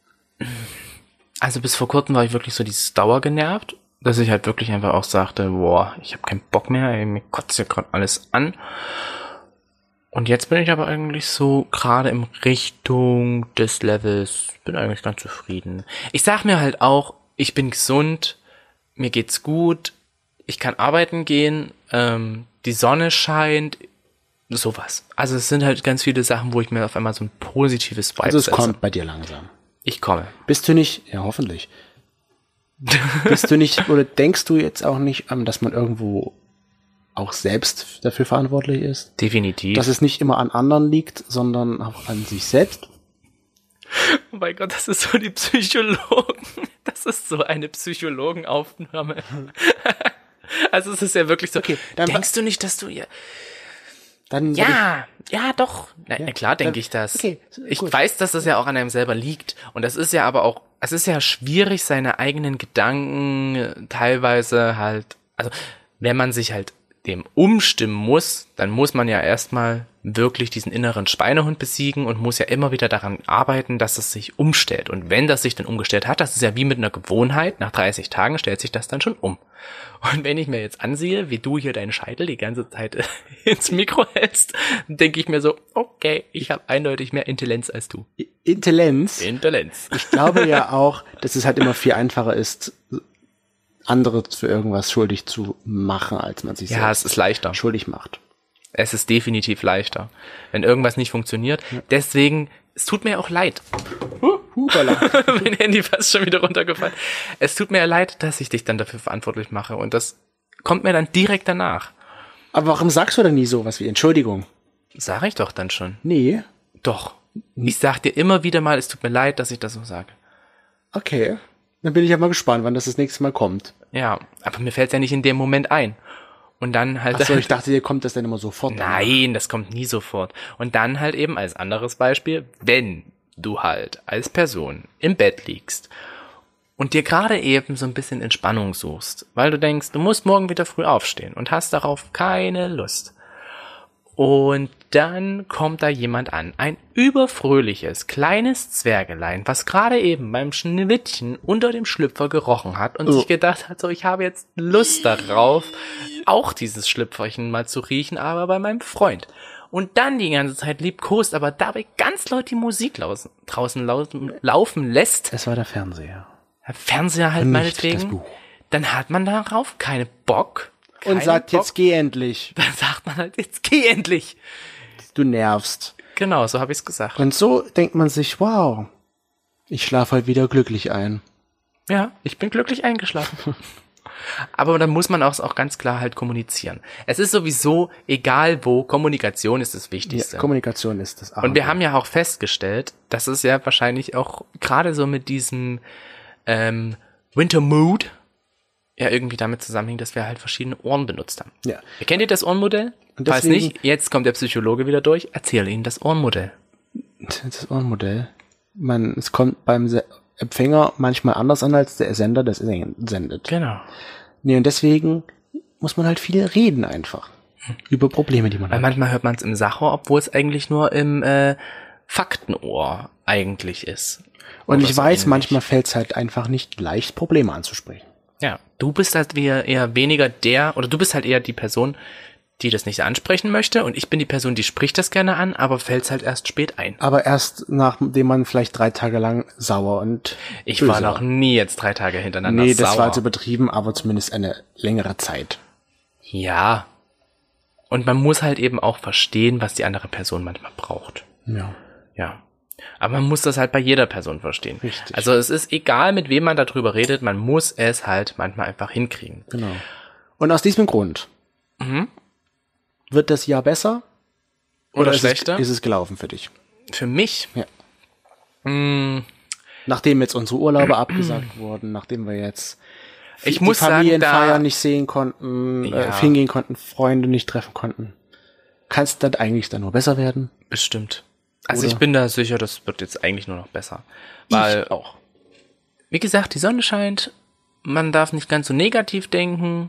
Also bis vor kurzem war ich wirklich so dieses Dauer genervt, dass ich halt wirklich einfach auch sagte, boah, ich habe keinen Bock mehr, ey, mir kotzt ja gerade alles an. Und jetzt bin ich aber eigentlich so gerade in Richtung des Levels, bin eigentlich ganz zufrieden. Ich sag mir halt auch, ich bin gesund, mir geht's gut, ich kann arbeiten gehen, die Sonne scheint, Sowas. Also es sind halt ganz viele Sachen, wo ich mir auf einmal so ein positives Vibe Also es setze. kommt bei dir langsam. Ich komme. Bist du nicht, ja hoffentlich, bist du nicht, oder denkst du jetzt auch nicht, dass man irgendwo auch selbst dafür verantwortlich ist? Definitiv. Dass es nicht immer an anderen liegt, sondern auch an sich selbst? Oh mein Gott, das ist so die Psychologen. Das ist so eine Psychologenaufnahme. Also es ist ja wirklich so. Okay, dann denkst du nicht, dass du ja... Dann Ja, ja, doch. Na klar denke dann- ich das. okay, Ich gut. weiß, dass das ja auch an einem selber liegt. Und das ist ja aber auch, es ist ja schwierig, seine eigenen Gedanken teilweise halt, also wenn man sich halt dem umstimmen muss, dann muss man ja erstmal wirklich diesen inneren Schweinehund besiegen und muss ja immer wieder daran arbeiten, dass es sich umstellt. Und wenn das sich dann umgestellt hat, das ist ja wie mit einer Gewohnheit, nach 30 Tagen stellt sich das dann schon um. Und wenn ich mir jetzt ansehe, wie du hier deinen Scheitel die ganze Zeit ins Mikro hältst, denke ich mir so, okay, ich habe eindeutig mehr Intelligenz als du. Intelligenz. Intelligenz. Ich glaube ja auch, dass es halt immer viel einfacher ist, andere für irgendwas schuldig zu machen, als man sich Ja, selbst es ist leichter. schuldig macht. Es ist definitiv leichter, wenn irgendwas nicht funktioniert. Deswegen, es tut mir auch leid. Mein Handy fast schon wieder runtergefallen. Es tut mir leid, dass ich dich dann dafür verantwortlich mache. Und das kommt mir dann direkt danach. Aber warum sagst du denn nie sowas wie Entschuldigung? Sag ich doch dann schon. Nee. Doch. Ich sag dir immer wieder mal, es tut mir leid, dass ich das so sage. Okay. Dann bin ich ja mal gespannt, wann das nächste Mal kommt. Ja, aber mir fällt's ja nicht in dem Moment ein. Und dann halt... Achso, ich dachte, dir kommt das dann immer sofort. Nein, das kommt nie sofort. Und dann halt eben als anderes Beispiel, wenn du halt als Person im Bett liegst und dir gerade eben so ein bisschen Entspannung suchst, weil du denkst, du musst morgen wieder früh aufstehen und hast darauf keine Lust. Und dann kommt da jemand an, ein überfröhliches, kleines Zwergelein, was gerade eben beim Schneewittchen unter dem Schlüpfer gerochen hat und sich gedacht hat, so, ich habe jetzt Lust darauf, auch dieses Schlüpferchen mal zu riechen, aber bei meinem Freund. Und dann die ganze Zeit liebkost, aber dabei ganz laut die Musik draußen laufen lässt. Es war der Fernseher. Der Fernseher halt Nicht meinetwegen. das Buch. Dann hat man darauf keine Bock. Und sagt, jetzt geh endlich. Dann sagt man halt, jetzt geh endlich. Du nervst. Genau, so habe ich's gesagt. Und so denkt man sich, wow, ich schlafe heute wieder glücklich ein. Ja, ich bin glücklich eingeschlafen. Aber dann muss man auch ganz klar halt kommunizieren. Es ist sowieso, egal wo, Kommunikation ist das Wichtigste. Ja, Kommunikation ist das A Und wir O. haben ja auch festgestellt, dass es ja wahrscheinlich auch gerade so mit diesem Winter Mood ja irgendwie damit zusammenhängt, dass wir halt verschiedene Ohren benutzt haben. Ja. Kennt ihr das Ohrenmodell? Und Falls deswegen- nicht, jetzt kommt der Psychologe wieder durch. Erzähl Ihnen das Ohrenmodell. Das Ohrenmodell. Es kommt beim Empfänger manchmal anders an, als der Sender das sendet. Genau. Nee, und deswegen muss man halt viel reden einfach. Über Probleme, die man Weil hat. manchmal hört man es im Sacher, obwohl es eigentlich nur im Faktenohr eigentlich ist. Und Oder ich so weiß, ähnlich. manchmal fällt es halt einfach nicht leicht, Probleme anzusprechen. Ja, du bist halt eher weniger du bist halt eher die Person, die das nicht ansprechen möchte, und ich bin die Person, die spricht das gerne an, aber fällt es halt erst spät ein. Aber erst nachdem man vielleicht 3 Tage lang sauer und Ich böse war noch nie jetzt 3 Tage hintereinander Nee, sauer. das war jetzt übertrieben, aber zumindest eine längere Zeit. Ja. Und man muss halt eben auch verstehen, was die andere Person manchmal braucht. Ja. Ja. Aber man muss das halt bei jeder Person verstehen. Richtig. Also es ist egal, mit wem man darüber redet, man muss es halt manchmal einfach hinkriegen. Genau. Und aus diesem Grund wird das Jahr besser Oder ist schlechter? Ist es gelaufen für dich? Für mich? Ja. Mh, Nachdem jetzt unsere Urlaube abgesagt wurden, nachdem wir jetzt Ich die muss sagen, Familienfeier da- nicht sehen konnten, Ja. hingehen konnten, Freunde nicht treffen konnten, kann es dann eigentlich dann nur besser werden? bestimmt. Also Oder? ich bin da sicher, das wird jetzt eigentlich nur noch besser. Weil, Ich auch. wie gesagt, die Sonne scheint, man darf nicht ganz so negativ denken,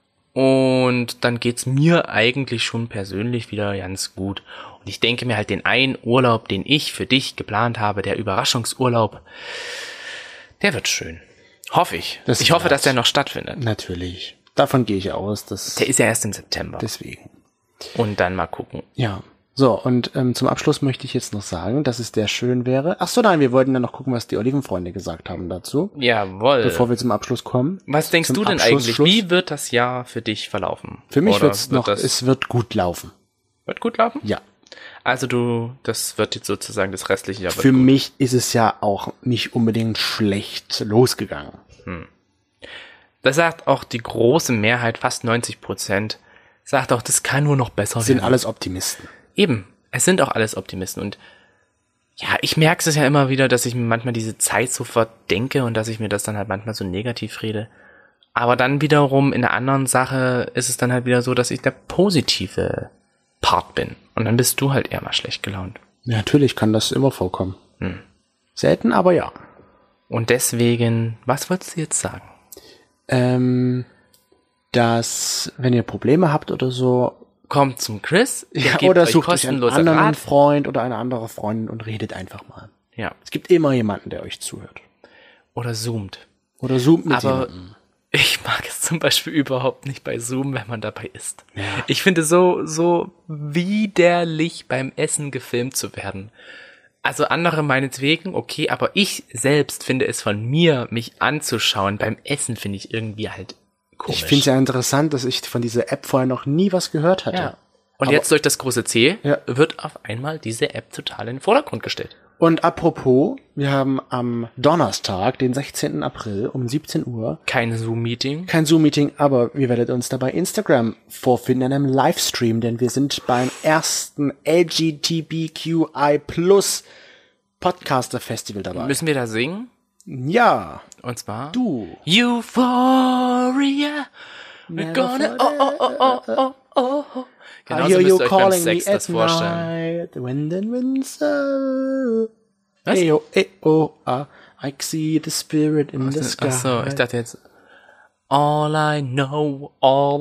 und dann geht's mir eigentlich schon persönlich wieder ganz gut. Und ich denke mir halt, den einen Urlaub, den ich für dich geplant habe, der Überraschungsurlaub, der wird schön. Hoffe ich. Das Ich hoffe, wird. dass der noch stattfindet. Natürlich. Davon gehe ich aus, dass Der ist ja erst im September. deswegen. Und dann mal gucken. Ja. So, und zum Abschluss möchte ich jetzt noch sagen, dass es sehr schön wäre. Ach so, nein, wir wollten dann noch gucken, was die Olivenfreunde gesagt haben dazu, Jawohl. bevor wir zum Abschluss kommen. Was denkst Zum du denn Abschluss, eigentlich? Schluss. Wie wird das Jahr für dich verlaufen? Für mich Oder wird's noch, wird das- es wird gut laufen. Wird gut laufen? Ja. Also das wird jetzt sozusagen das restliche Jahr. Für mich ist es ja auch nicht unbedingt schlecht losgegangen. Das sagt auch die große Mehrheit, fast 90%, sagt auch, das kann nur noch besser Das sind werden. alles Optimisten. Eben, es sind auch alles Optimisten. Und ja, ich merke es ja immer wieder, dass ich mir manchmal diese Zeit so verdenke und dass ich mir das dann halt manchmal so negativ rede. Aber dann wiederum in der anderen Sache ist es dann halt wieder so, dass ich der positive Part bin. Und dann bist du halt eher mal schlecht gelaunt. Ja, natürlich kann das immer vorkommen. Selten, aber ja. Und deswegen, was wolltest du jetzt sagen? Dass, wenn ihr Probleme habt oder so, Kommt zum Chris, der ja, gibt oder euch sucht euch einen kostenlose anderen Rat. Freund oder eine andere Freundin und redet einfach mal. Ja, Es gibt immer jemanden, der euch zuhört. oder zoomt. Oder zoomt mit Aber jemandem. ich mag es zum Beispiel überhaupt nicht bei Zoom, wenn man dabei isst. Ja. Ich finde so widerlich beim Essen gefilmt zu werden. Also andere meinetwegen, okay, aber ich selbst finde es von mir, mich anzuschauen beim Essen, finde ich irgendwie halt komisch. Ich finde es ja interessant, dass ich von dieser App vorher noch nie was gehört hatte. Ja. Und Aber- jetzt durch das große C Ja. wird auf einmal diese App total in den Vordergrund gestellt. Und apropos, wir haben am Donnerstag, den 16. April um 17 Uhr, Kein Zoom-Meeting. kein Zoom-Meeting, aber ihr werdet uns dabei Instagram vorfinden in einem Livestream, denn wir sind beim ersten LGBTQI+ Podcaster Festival dabei. Müssen wir da singen? Ja, Und zwar? du. Euphoria. We're gonna, oh. Genau I so hear you müsst ihr euch beim calling Sex me das at vorstellen. night, when the winds are... Was? Eyo, I see the spirit in the sky. Achso, ich dachte jetzt, all I know.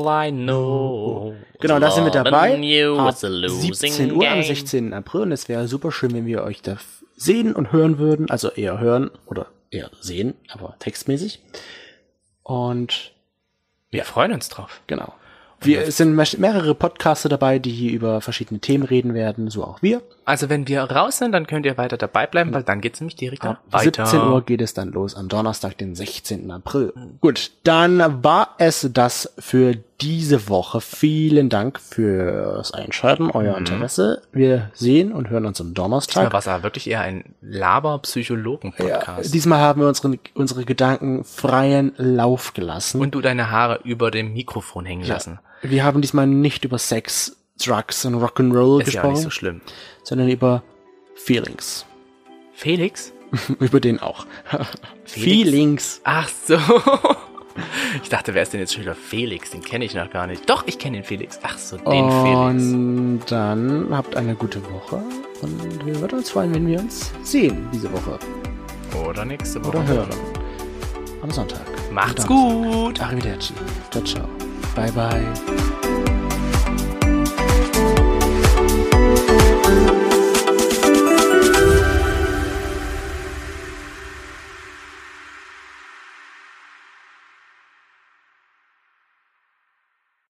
Genau, da sind wir dabei. Loving you Ab is a losing 17 Uhr am game. 16. April. Und es wäre super schön, wenn wir euch da sehen und hören würden. Also eher hören oder eher sehen, aber textmäßig. Und Wir freuen uns drauf. genau. Es sind mehrere Podcaster dabei, die hier über verschiedene Themen reden werden, so auch wir. Also wenn wir raus sind, dann könnt ihr weiter dabei bleiben, weil dann geht's nämlich direkt Ab weiter. 17 Uhr geht es dann los am Donnerstag, den 16. April. Gut, dann war es das für diese Woche. Vielen Dank fürs Einschalten, euer Interesse. Wir sehen und hören uns am Donnerstag. Diesmal war es aber wirklich eher ein Laber-Psychologen-Podcast. Diesmal haben wir unsere Gedanken freien Lauf gelassen. Und du deine Haare über dem Mikrofon hängen lassen. Wir haben diesmal nicht über Sex, Drugs und Rock'n'Roll Ist ja auch nicht gesprochen, so schlimm. sondern über Feelings. Felix? Über den auch. Feelings. Ach so. Ich dachte, wer ist denn jetzt schon wieder Felix? Den kenne ich noch gar nicht. Doch, ich kenne den Felix. Ach so, den Felix. Und dann habt eine gute Woche und wir würden uns freuen, wenn wir uns sehen diese Woche Oder nächste Woche. oder hören. Am Sonntag. Macht's Am Donnerstag. gut. Arrivederci. Ciao, ciao. Bye, bye.